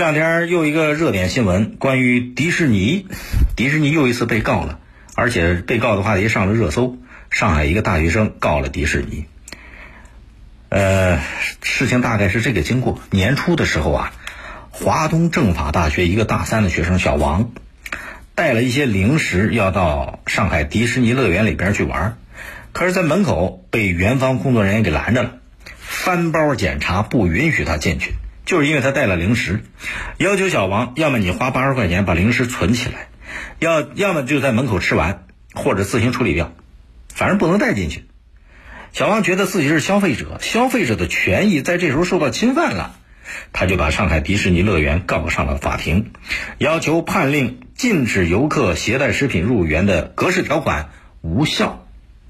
两天又一个热点新闻，关于迪士尼又一次被告了，而且被告的话题上了热搜。上海一个大学生告了迪士尼。事情大概是这个经过。年初的时候啊，华东政法大学一个大3的学生小王带了一些零食要到上海迪士尼乐园里边去玩，可是在门口被园方工作人员给拦着了，翻包检查，不允许他进去，就是因为他带了零食，要求小王要么你花80块钱把零食存起来，要么就在门口吃完，或者自行处理掉，反正不能带进去。小王觉得自己是消费者，消费者的权益在这时候受到侵犯了，他就把上海迪士尼乐园告上了法庭，要求判令禁止游客携带食品入园的格式条款无效。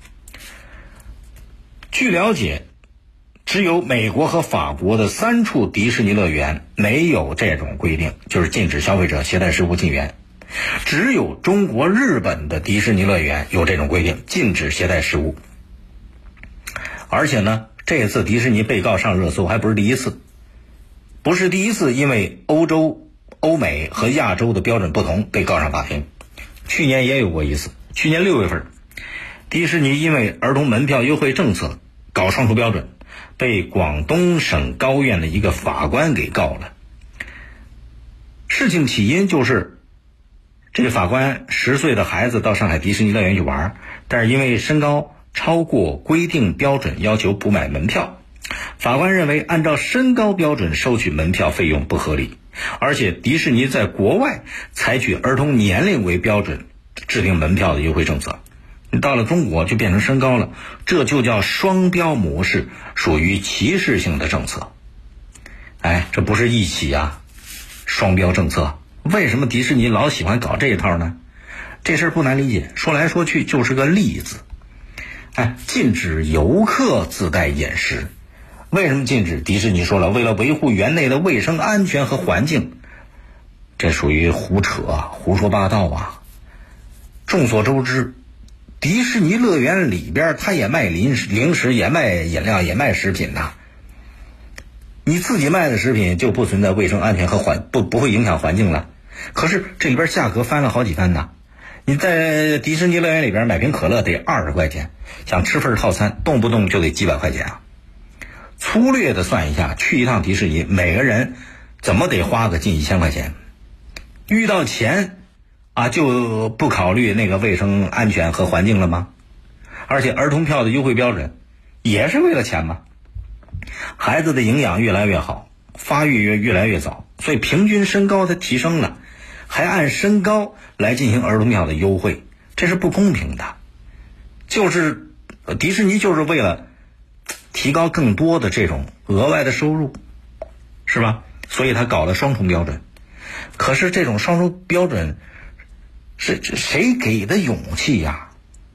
据了解，只有美国和法国的3处迪士尼乐园没有这种规定，就是禁止消费者携带食物进园。只有中国、日本的迪士尼乐园有这种规定，禁止携带食物。而且呢，这次迪士尼被告上热搜还不是第一次，因为欧洲、欧美和亚洲的标准不同被告上法庭。去年也有过一次，去年6月份，迪士尼因为儿童门票优惠政策搞双重标准，被广东省高院的一个法官给告了。事情起因就是这个法官10岁的孩子到上海迪士尼乐园去玩，但是因为身高超过规定标准，要求补买门票。法官认为按照身高标准收取门票费用不合理，而且迪士尼在国外采取儿童年龄为标准制定门票的优惠政策，你到了中国就变成身高了，这就叫双标模式，属于歧视性的政策。这不是一起啊，双标政策，为什么迪士尼老喜欢搞这一套呢？这事儿不难理解，说来说去就是个例子。禁止游客自带饮食，为什么禁止？迪士尼说了，为了维护园内的卫生安全和环境，这属于胡扯，胡说八道啊！众所周知，迪士尼乐园里边它也卖零食，也卖饮料，也卖食品呐。你自己卖的食品就不存在卫生安全和不会影响环境了，可是这里边价格翻了好几番呐。你在迪士尼乐园里边买瓶可乐得20块钱，想吃份套餐动不动就得几百块钱啊！粗略的算一下，去一趟迪士尼每个人怎么得花个近1000块钱。遇到钱就不考虑那个卫生安全和环境了吗？而且儿童票的优惠标准也是为了钱嘛。孩子的营养越来越好，发育越来越早，所以平均身高它提升了，还按身高来进行儿童票的优惠，这是不公平的。就是迪士尼就是为了提高更多的这种额外的收入，是吧？所以他搞了双重标准。可是这种双重标准是谁给的勇气呀？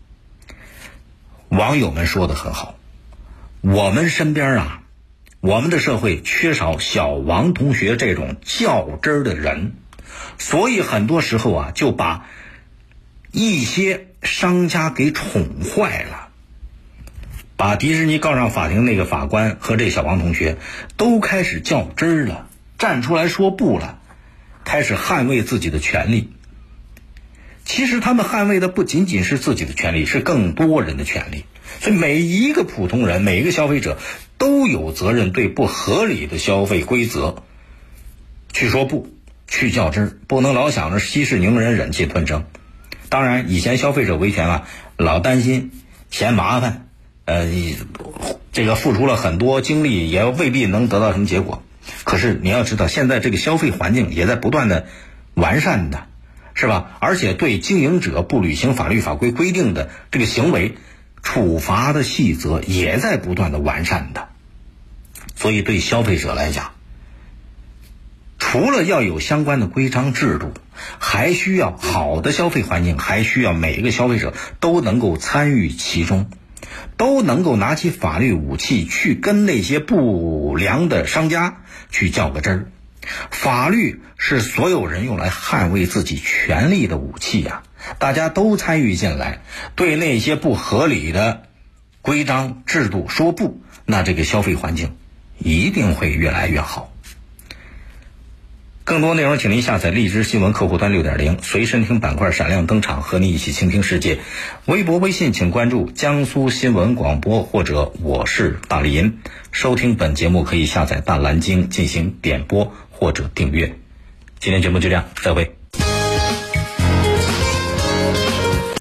网友们说的很好，我们身边我们的社会缺少小王同学这种较真儿的人，所以很多时候就把一些商家给宠坏了，把迪士尼告上法庭那个法官和这小王同学都开始较真儿了，站出来说不了，开始捍卫自己的权利。其实他们捍卫的不仅仅是自己的权利，是更多人的权利。所以每一个普通人，每一个消费者都有责任对不合理的消费规则去说不，去较真儿，不能老想着息事宁人，忍气吞声。当然以前消费者维权老担心嫌麻烦，这个付出了很多精力也未必能得到什么结果。可是你要知道，现在这个消费环境也在不断的完善的，是吧？而且对经营者不履行法律法规规定的这个行为，处罚的细则也在不断的完善的。所以对消费者来讲，除了要有相关的规章制度，还需要好的消费环境，还需要每一个消费者都能够参与其中，都能够拿起法律武器去跟那些不良的商家去较个真儿。法律是所有人用来捍卫自己权利的武器呀，大家都参与进来，对那些不合理的规章制度说不，那这个消费环境一定会越来越好。 更多内容请您下载荔枝新闻客户端 6.0 随身听板块闪亮登场，和你一起倾听世界。微博微信请关注江苏新闻广播或者我是大力银。收听本节目可以下载大蓝鲸进行点播或者订阅。今天节目就这样，再会。